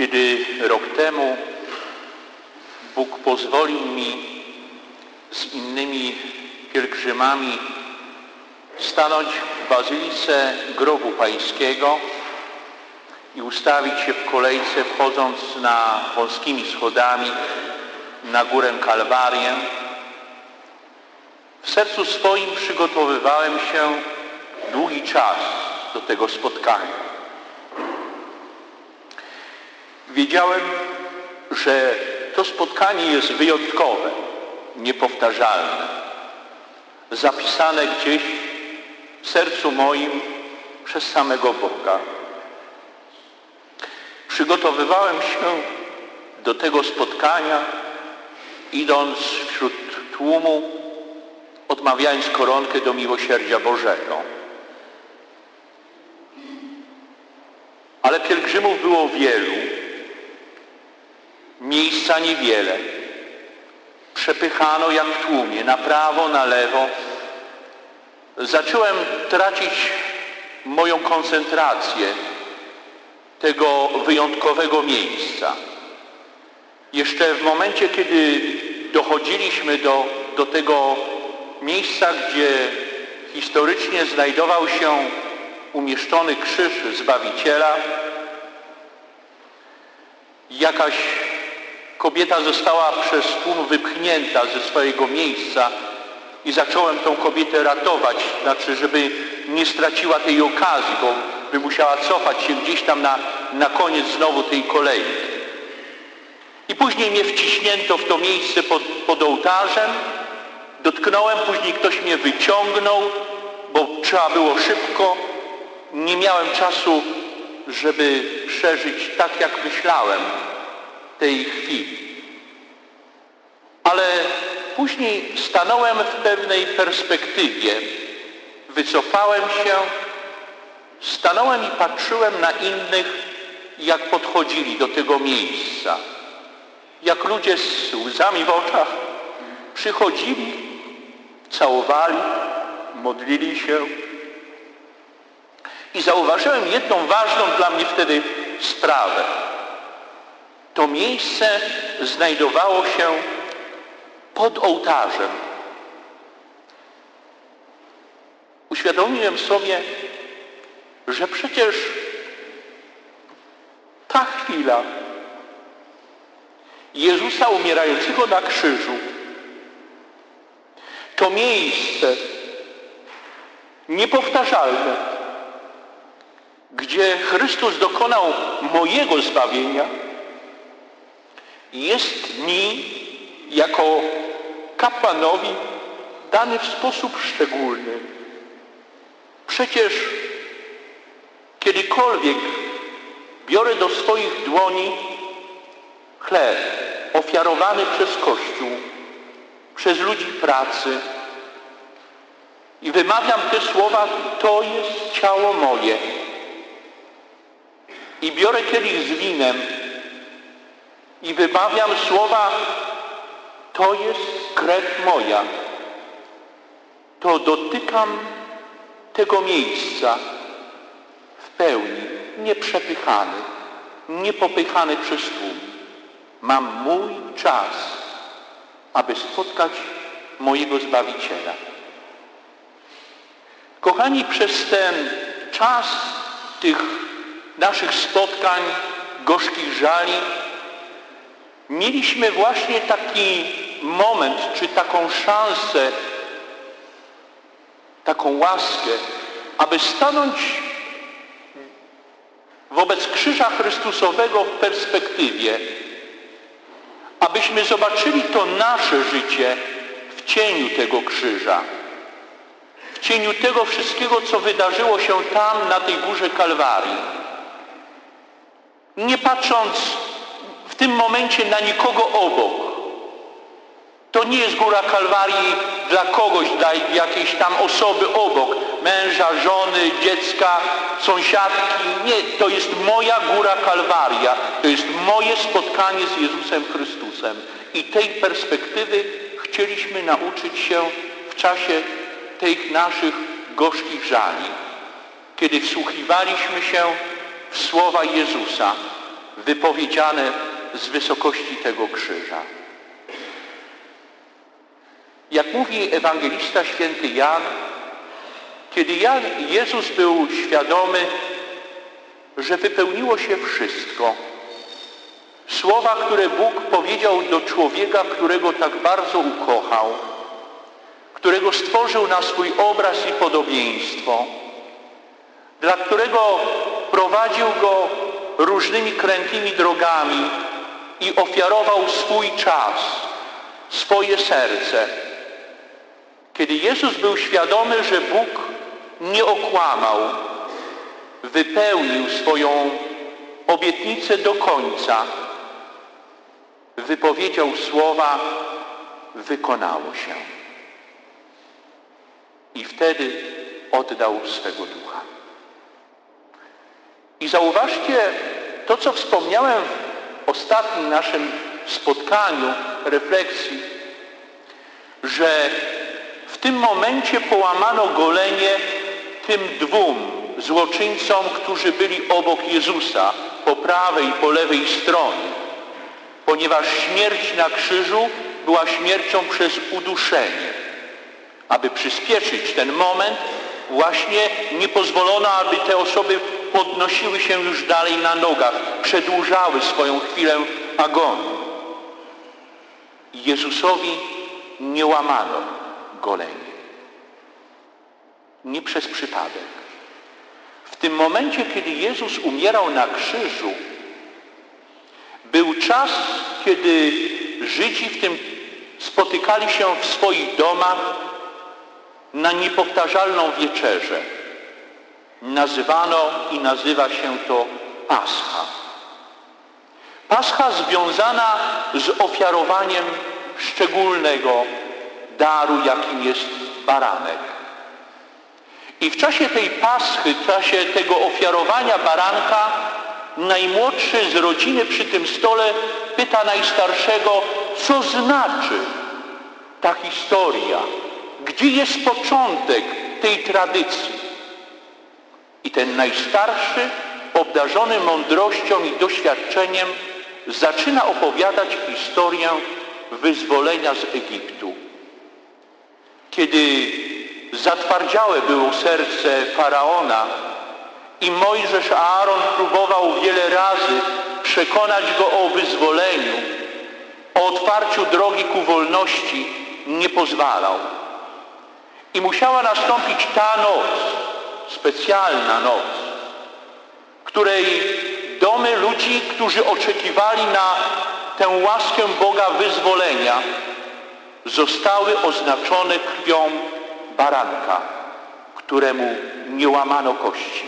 Kiedy rok temu Bóg pozwolił mi z innymi pielgrzymami stanąć w Bazylice Grobu Pańskiego i ustawić się w kolejce, wchodząc wąskimi schodami na górę Kalwarię, w sercu swoim przygotowywałem się długi czas do tego spotkania. Wiedziałem, że to spotkanie jest wyjątkowe, niepowtarzalne, zapisane gdzieś w sercu moim przez samego Boga. Przygotowywałem się do tego spotkania, idąc wśród tłumu, odmawiając koronkę do miłosierdzia Bożego. Ale pielgrzymów było wielu, miejsca niewiele. Przepychano jak w tłumie, na prawo, na lewo. Zacząłem tracić moją koncentrację tego wyjątkowego miejsca. Jeszcze w momencie, kiedy dochodziliśmy do tego miejsca, gdzie historycznie znajdował się umieszczony krzyż Zbawiciela, jakaś kobieta została przez tłum wypchnięta ze swojego miejsca i zacząłem tą kobietę ratować, znaczy, żeby nie straciła tej okazji, bo by musiała cofać się gdzieś tam na koniec znowu tej kolejki. I później mnie wciśnięto w to miejsce pod ołtarzem, dotknąłem, później ktoś mnie wyciągnął, bo trzeba było szybko. Nie miałem czasu, żeby przeżyć tak, jak myślałem tej chwili. Ale później stanąłem w pewnej perspektywie, wycofałem się, stanąłem i patrzyłem na innych, jak podchodzili do tego miejsca. Jak ludzie z łzami w oczach przychodzili, całowali, modlili się. I zauważyłem jedną ważną dla mnie wtedy sprawę. To miejsce znajdowało się pod ołtarzem. Uświadomiłem sobie, że przecież ta chwila Jezusa umierającego na krzyżu, to miejsce niepowtarzalne, gdzie Chrystus dokonał mojego zbawienia, jest mi jako kapłanowi dany w sposób szczególny. Przecież kiedykolwiek biorę do swoich dłoni chleb ofiarowany przez Kościół, przez ludzi pracy i wymawiam te słowa: to jest ciało moje. I biorę kielich z winem i wymawiam słowa: to jest krew moja. To dotykam tego miejsca w pełni, nieprzepychany, niepopychany przez tłum. Mam mój czas, aby spotkać mojego Zbawiciela. Kochani, przez ten czas tych naszych spotkań, gorzkich żali, mieliśmy właśnie taki moment, czy taką szansę, taką łaskę, aby stanąć wobec krzyża Chrystusowego w perspektywie, abyśmy zobaczyli to nasze życie w cieniu tego krzyża, w cieniu tego wszystkiego, co wydarzyło się tam, na tej górze Kalwarii. Nie patrząc w tym momencie na nikogo obok. To nie jest góra Kalwarii dla kogoś, dla jakiejś tam osoby obok, męża, żony, dziecka, sąsiadki. Nie, to jest moja góra Kalwaria. To jest moje spotkanie z Jezusem Chrystusem. I tej perspektywy chcieliśmy nauczyć się w czasie tych naszych gorzkich żali. Kiedy wsłuchiwaliśmy się w słowa Jezusa, wypowiedziane z wysokości tego krzyża. Jak mówi ewangelista święty Jan, kiedy Jezus był świadomy, że wypełniło się wszystko, słowa, które Bóg powiedział do człowieka, którego tak bardzo ukochał, którego stworzył na swój obraz i podobieństwo, dla którego prowadził go różnymi krętymi drogami i ofiarował swój czas, swoje serce. Kiedy Jezus był świadomy, że Bóg nie okłamał, wypełnił swoją obietnicę do końca, wypowiedział słowa: wykonało się. I wtedy oddał swego ducha. I zauważcie to, co wspomniałem w ostatnim naszym spotkaniu, refleksji, że w tym momencie połamano golenie tym dwóm złoczyńcom, którzy byli obok Jezusa, po prawej i po lewej stronie, ponieważ śmierć na krzyżu była śmiercią przez uduszenie. Aby przyspieszyć ten moment, właśnie nie pozwolono, aby te osoby podnosiły się już dalej na nogach, przedłużały swoją chwilę agonii. Jezusowi nie łamano goleni. Nie przez przypadek. W tym momencie, kiedy Jezus umierał na krzyżu, był czas, kiedy Żydzi w tym spotykali się w swoich domach na niepowtarzalną wieczerzę. Nazywano i nazywa się to Pascha. Pascha związana z ofiarowaniem szczególnego daru, jakim jest baranek. I w czasie tej Paschy, w czasie tego ofiarowania baranka, najmłodszy z rodziny przy tym stole pyta najstarszego, co znaczy ta historia, gdzie jest początek tej tradycji. I ten najstarszy, obdarzony mądrością i doświadczeniem, zaczyna opowiadać historię wyzwolenia z Egiptu. Kiedy zatwardziałe było serce Faraona i Mojżesz, a Aaron próbował wiele razy przekonać go o wyzwoleniu, o otwarciu drogi ku wolności, nie pozwalał. I musiała nastąpić ta noc, specjalna noc, której domy ludzi, którzy oczekiwali na tę łaskę Boga wyzwolenia, zostały oznaczone krwią baranka, któremu nie łamano kości.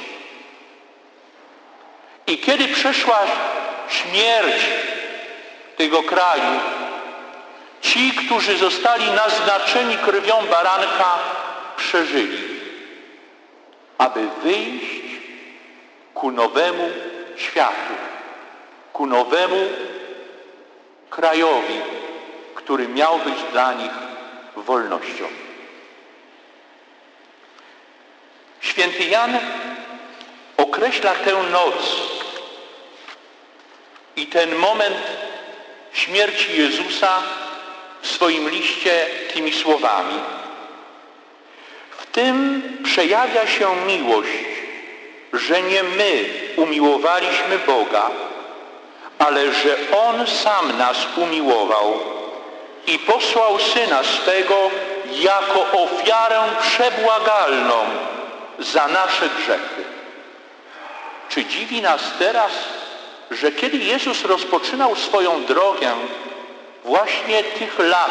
I kiedy przeszła śmierć tego kraju, ci, którzy zostali naznaczeni krwią baranka, przeżyli, aby wyjść ku nowemu światu, ku nowemu krajowi, który miał być dla nich wolnością. Święty Jan określa tę noc i ten moment śmierci Jezusa w swoim liście tymi słowami. W tym przejawia się miłość, że nie my umiłowaliśmy Boga, ale że On sam nas umiłował i posłał Syna swego jako ofiarę przebłagalną za nasze grzechy. Czy dziwi nas teraz, że kiedy Jezus rozpoczynał swoją drogę, właśnie tych lat,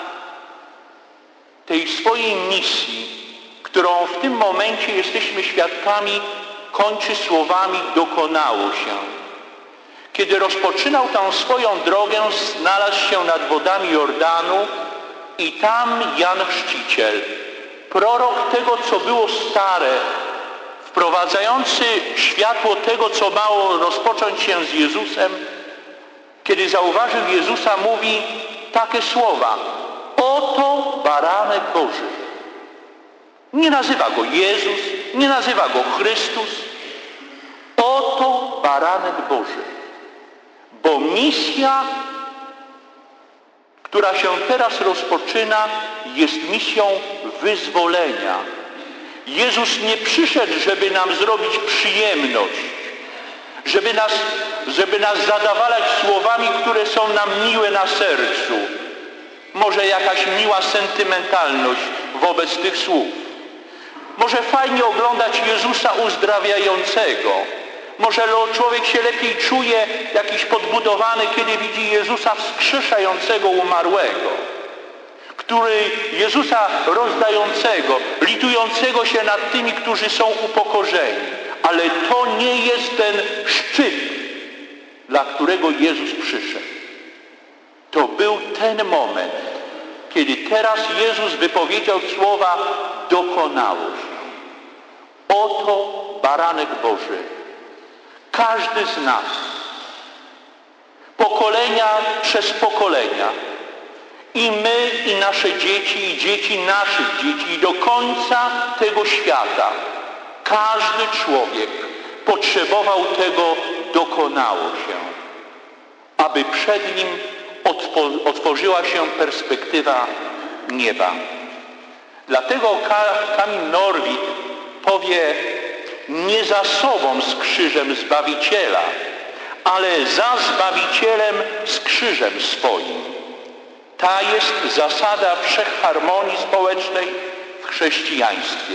tej swojej misji, którą w tym momencie jesteśmy świadkami, kończy słowami dokonało się. Kiedy rozpoczynał tę swoją drogę, znalazł się nad wodami Jordanu i tam Jan Chrzciciel, prorok tego, co było stare, wprowadzający światło tego, co mało rozpocząć się z Jezusem, kiedy zauważył Jezusa, mówi takie słowa: oto baranek Boży. Nie nazywa go Jezus, nie nazywa go Chrystus. Oto baranek Boży, Bo misja, która się teraz rozpoczyna, jest misją wyzwolenia. Jezus nie przyszedł, żeby nam zrobić przyjemność, żeby nas zadawalać słowami, które są nam miłe na sercu. Może jakaś miła sentymentalność wobec tych słów. Może fajnie oglądać Jezusa uzdrawiającego. Może człowiek się lepiej czuje jakiś podbudowany, kiedy widzi Jezusa wskrzeszającego umarłego. Jezusa rozdającego, litującego się nad tymi, którzy są upokorzeni. Ale to nie jest ten szczyt, dla którego Jezus przyszedł. To był ten moment, kiedy teraz Jezus wypowiedział słowa: dokonało się. Oto baranek Boży. Każdy z nas, pokolenia przez pokolenia, i my, i nasze dzieci, i dzieci naszych dzieci, i do końca tego świata, każdy człowiek potrzebował tego dokonało się, aby przed nim otworzyła się perspektywa nieba. Dlatego Kamil Norwid powie: nie za sobą z krzyżem Zbawiciela, ale za Zbawicielem z krzyżem swoim. Ta jest zasada wszechharmonii społecznej w chrześcijaństwie.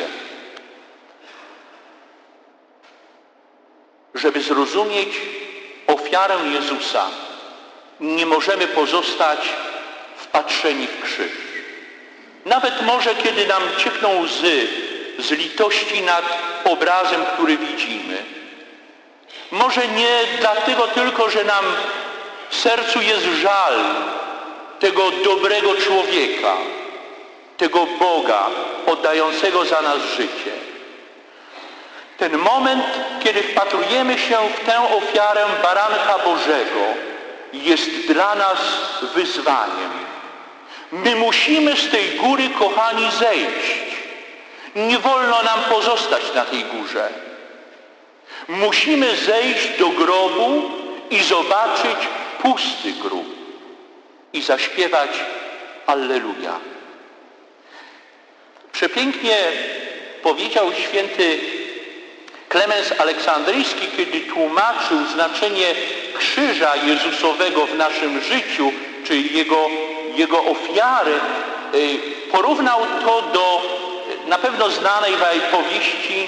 Żeby zrozumieć ofiarę Jezusa, nie możemy pozostać wpatrzeni w krzyż. Nawet może, kiedy nam ciekną łzy z litości nad obrazem, który widzimy. Może nie dlatego tylko, że nam w sercu jest żal tego dobrego człowieka, tego Boga oddającego za nas życie. Ten moment, kiedy wpatrujemy się w tę ofiarę Baranka Bożego, jest dla nas wyzwaniem. My musimy z tej góry, kochani, zejść. Nie wolno nam pozostać na tej górze. Musimy zejść do grobu i zobaczyć pusty grób i zaśpiewać Alleluja. Przepięknie powiedział święty Klemens Aleksandryjski, kiedy tłumaczył znaczenie krzyża Jezusowego w naszym życiu, czyli Jego ofiary, porównał to do na pewno znanej powieści,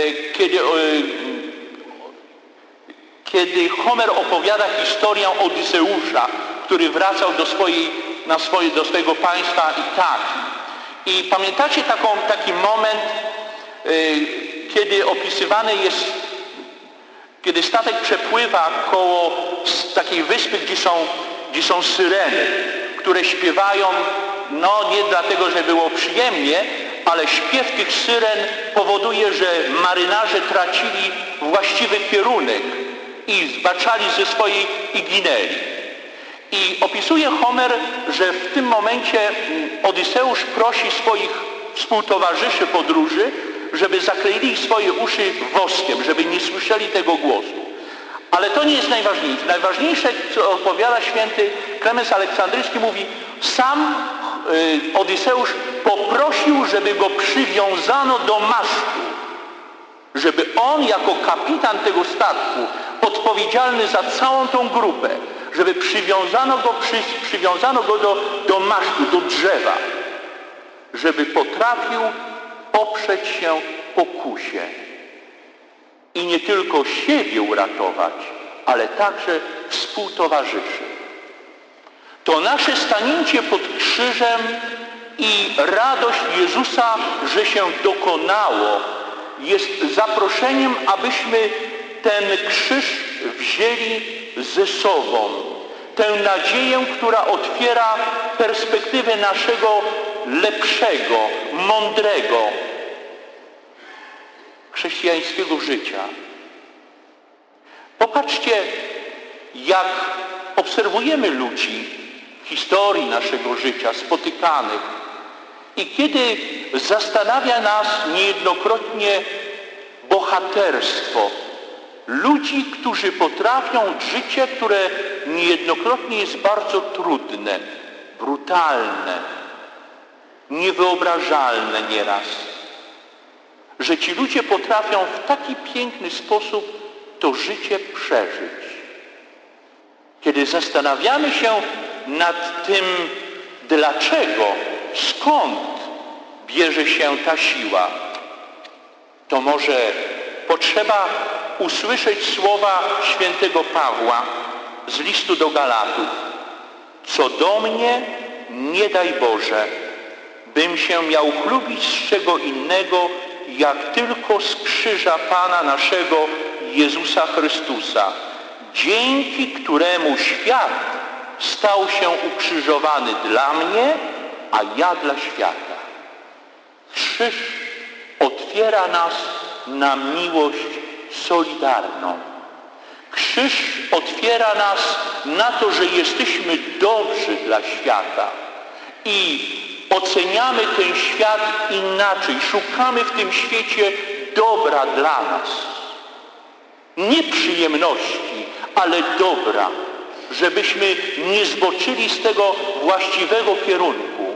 kiedy Homer opowiada historię Odyseusza, który wracał do swojego państwa Itaki. I pamiętacie taki moment, kiedy opisywany jest, kiedy statek przepływa koło takiej wyspy, gdzie są syreny, które śpiewają, nie dlatego, że było przyjemnie, ale śpiew tych syren powoduje, że marynarze tracili właściwy kierunek i zbaczali ze swojej i ginęli. I opisuje Homer, że w tym momencie Odyseusz prosi swoich współtowarzyszy podróży, żeby zakleili swoje uszy woskiem, żeby nie słyszeli tego głosu. Ale to nie jest najważniejsze. Najważniejsze, co opowiada święty Klemens Aleksandryjski, mówi: sam Odyseusz poprosił, żeby go przywiązano do masztu, żeby on jako kapitan tego statku, odpowiedzialny za całą tą grupę, żeby przywiązano go do masztu, do drzewa, żeby potrafił oprzeć się pokusie i nie tylko siebie uratować, ale także współtowarzyszy. To nasze stanięcie pod krzyżem i radość Jezusa, że się dokonało, jest zaproszeniem, abyśmy ten krzyż wzięli ze sobą. Tę nadzieję, która otwiera perspektywę naszego lepszego, mądrego, chrześcijańskiego życia. Popatrzcie, jak obserwujemy ludzi w historii naszego życia, spotykanych, i kiedy zastanawia nas niejednokrotnie bohaterstwo Ludzi, którzy potrafią życie, które niejednokrotnie jest bardzo trudne, brutalne, niewyobrażalne nieraz. Że ci ludzie potrafią w taki piękny sposób to życie przeżyć. Kiedy zastanawiamy się nad tym, dlaczego, skąd bierze się ta siła, to może potrzeba usłyszeć słowa świętego Pawła z listu do Galatów. Co do mnie, nie daj Boże, bym się miał chlubić z czego innego, jak tylko z krzyża Pana naszego Jezusa Chrystusa, dzięki któremu świat stał się ukrzyżowany dla mnie, a ja dla świata. Krzyż otwiera nas na miłość solidarną. Krzyż otwiera nas na to, że jesteśmy dobrzy dla świata i oceniamy ten świat inaczej. Szukamy w tym świecie dobra dla nas. Nie przyjemności, ale dobra, żebyśmy nie zboczyli z tego właściwego kierunku.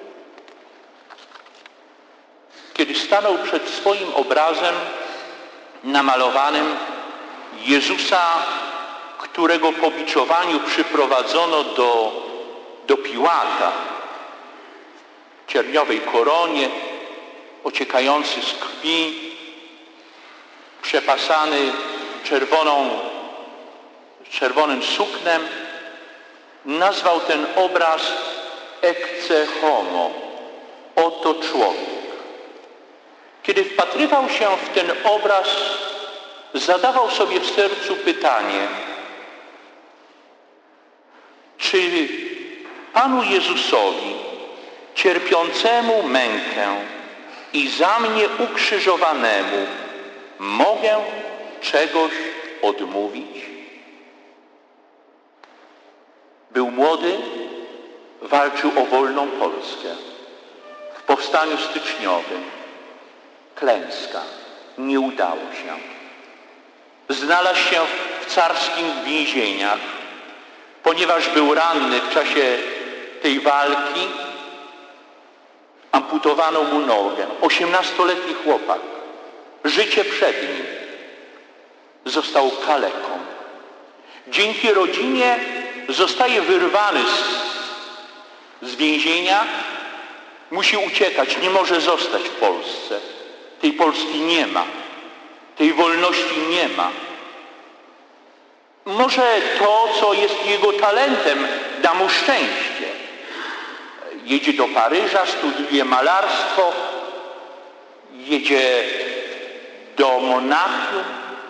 Kiedy stanął przed swoim obrazem namalowanym Jezusa, którego po biczowaniu przyprowadzono do Piłata, w cierniowej koronie, ociekający z krwi, przepasany czerwonym suknem, nazwał ten obraz ecce homo, oto człowiek. Kiedy wpatrywał się w ten obraz, zadawał sobie w sercu pytanie, czy Panu Jezusowi, cierpiącemu mękę i za mnie ukrzyżowanemu, mogę czegoś odmówić? Był młody, walczył o wolną Polskę. W powstaniu styczniowym klęska, nie udało się. Znalazł się w carskich więzieniach, ponieważ był ranny w czasie tej walki, amputowano mu nogę. 18-letni chłopak, życie przed nim, został kaleką. Dzięki rodzinie zostaje wyrwany z więzienia, musi uciekać, nie może zostać w Polsce. Tej Polski nie ma, tej wolności nie ma. Może to, co jest jego talentem, da mu szczęście. Jedzie do Paryża, studiuje malarstwo, jedzie do Monachium,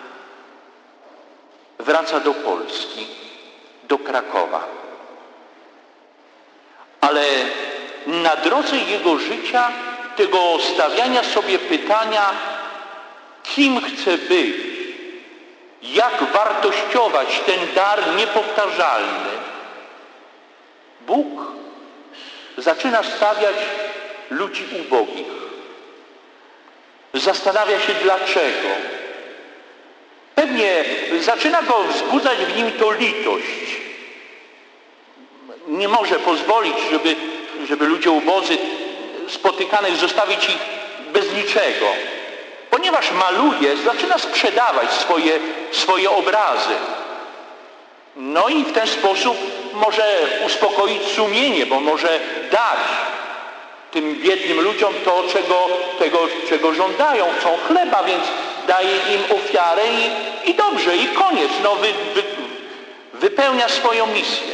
wraca do Polski, do Krakowa. Ale na drodze jego życia, tego stawiania sobie pytania, kim chce być, jak wartościować ten dar niepowtarzalny, Bóg zaczyna stawiać ludzi ubogich. Zastanawia się dlaczego. Pewnie zaczyna go wzbudzać w nim to litość. Nie może pozwolić, żeby ludzie ubodzy spotykanych zostawić ich bez niczego. Ponieważ maluje, zaczyna sprzedawać swoje obrazy. No i w ten sposób może uspokoić sumienie, bo może dać tym biednym ludziom czego żądają. Chcą chleba, więc daje im ofiarę i dobrze, i koniec. No, wypełnia swoją misję.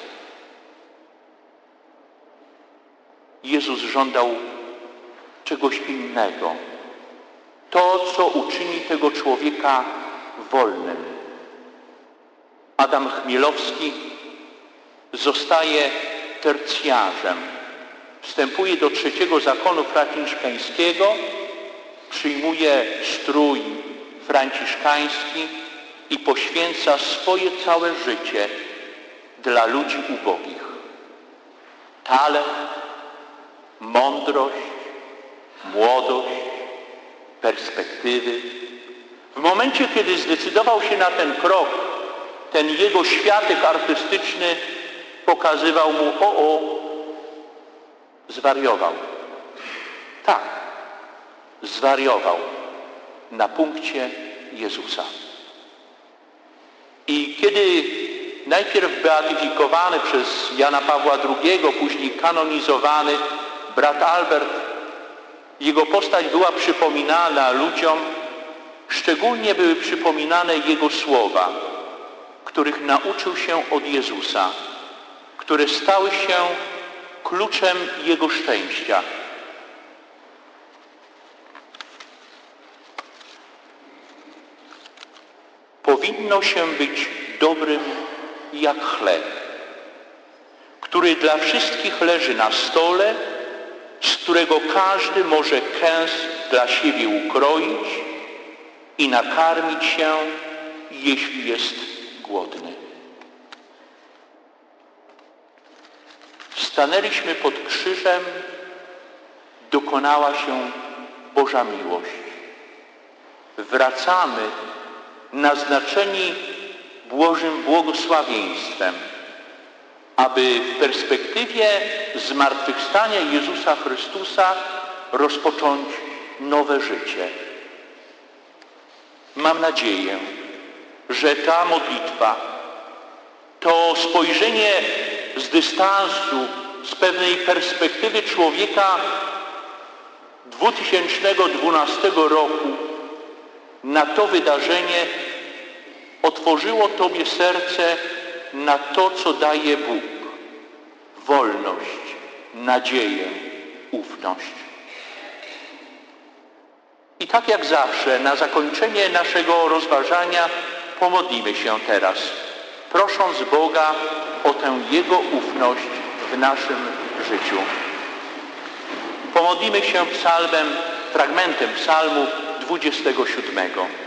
Jezus żądał czegoś innego. To, co uczyni tego człowieka wolnym. Adam Chmielowski zostaje tercjarzem. Wstępuje do trzeciego zakonu franciszkańskiego, przyjmuje strój franciszkański i poświęca swoje całe życie dla ludzi ubogich. Talent, mądrość, młodość, perspektywy W momencie, kiedy zdecydował się na ten krok, ten jego światek artystyczny pokazywał mu, zwariował. Tak, zwariował na punkcie Jezusa. I kiedy najpierw beatyfikowany przez Jana Pawła II, później kanonizowany brat Albert, jego postać była przypominana ludziom, szczególnie były przypominane jego słowa, których nauczył się od Jezusa, które stały się kluczem jego szczęścia. Powinno się być dobrym jak chleb, który dla wszystkich leży na stole, z którego każdy może kęs dla siebie ukroić i nakarmić się, jeśli jest głodny. Stanęliśmy pod krzyżem, dokonała się Boża miłość. Wracamy naznaczeni Bożym błogosławieństwem, aby w perspektywie zmartwychwstania Jezusa Chrystusa rozpocząć nowe życie. Mam nadzieję, że ta modlitwa, to spojrzenie z dystansu, z pewnej perspektywy człowieka 2012 roku na to wydarzenie otworzyło Tobie serce na to, co daje Bóg. Wolność, nadzieję, ufność. I tak jak zawsze, na zakończenie naszego rozważania pomodlimy się teraz, prosząc Boga o tę Jego ufność w naszym życiu. Pomodlimy się psalmem, fragmentem psalmu 27.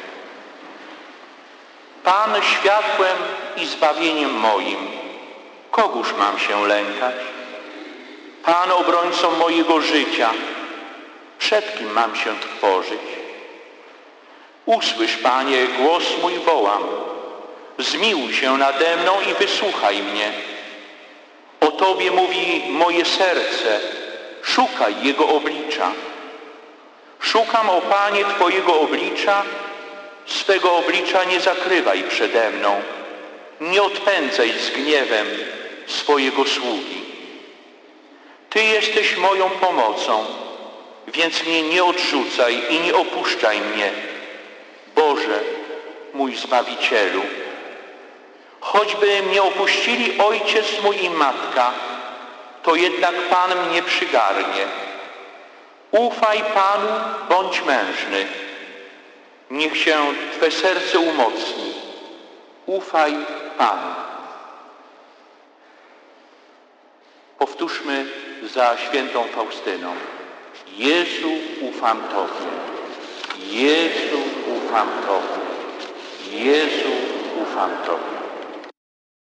Pan światłem i zbawieniem moim, kogóż mam się lękać? Pan obrońcą mojego życia, przed kim mam się trwożyć? Usłysz, Panie, głos mój wołam, zmiłuj się nade mną i wysłuchaj mnie. O Tobie mówi moje serce, szukaj Jego oblicza. Szukam, o Panie, Twojego oblicza, swego oblicza nie zakrywaj przede mną, nie odpędzaj z gniewem swojego sługi. Ty jesteś moją pomocą, więc mnie nie odrzucaj i nie opuszczaj mnie, Boże, mój Zbawicielu. Choćby mnie opuścili ojciec mój i matka, to jednak Pan mnie przygarnie. Ufaj Panu, bądź mężny. Niech się Twe serce umocni. Ufaj Panu. Powtórzmy za świętą Faustyną. Jezu, ufam Tobie. Jezu, ufam Tobie. Jezu, ufam Tobie.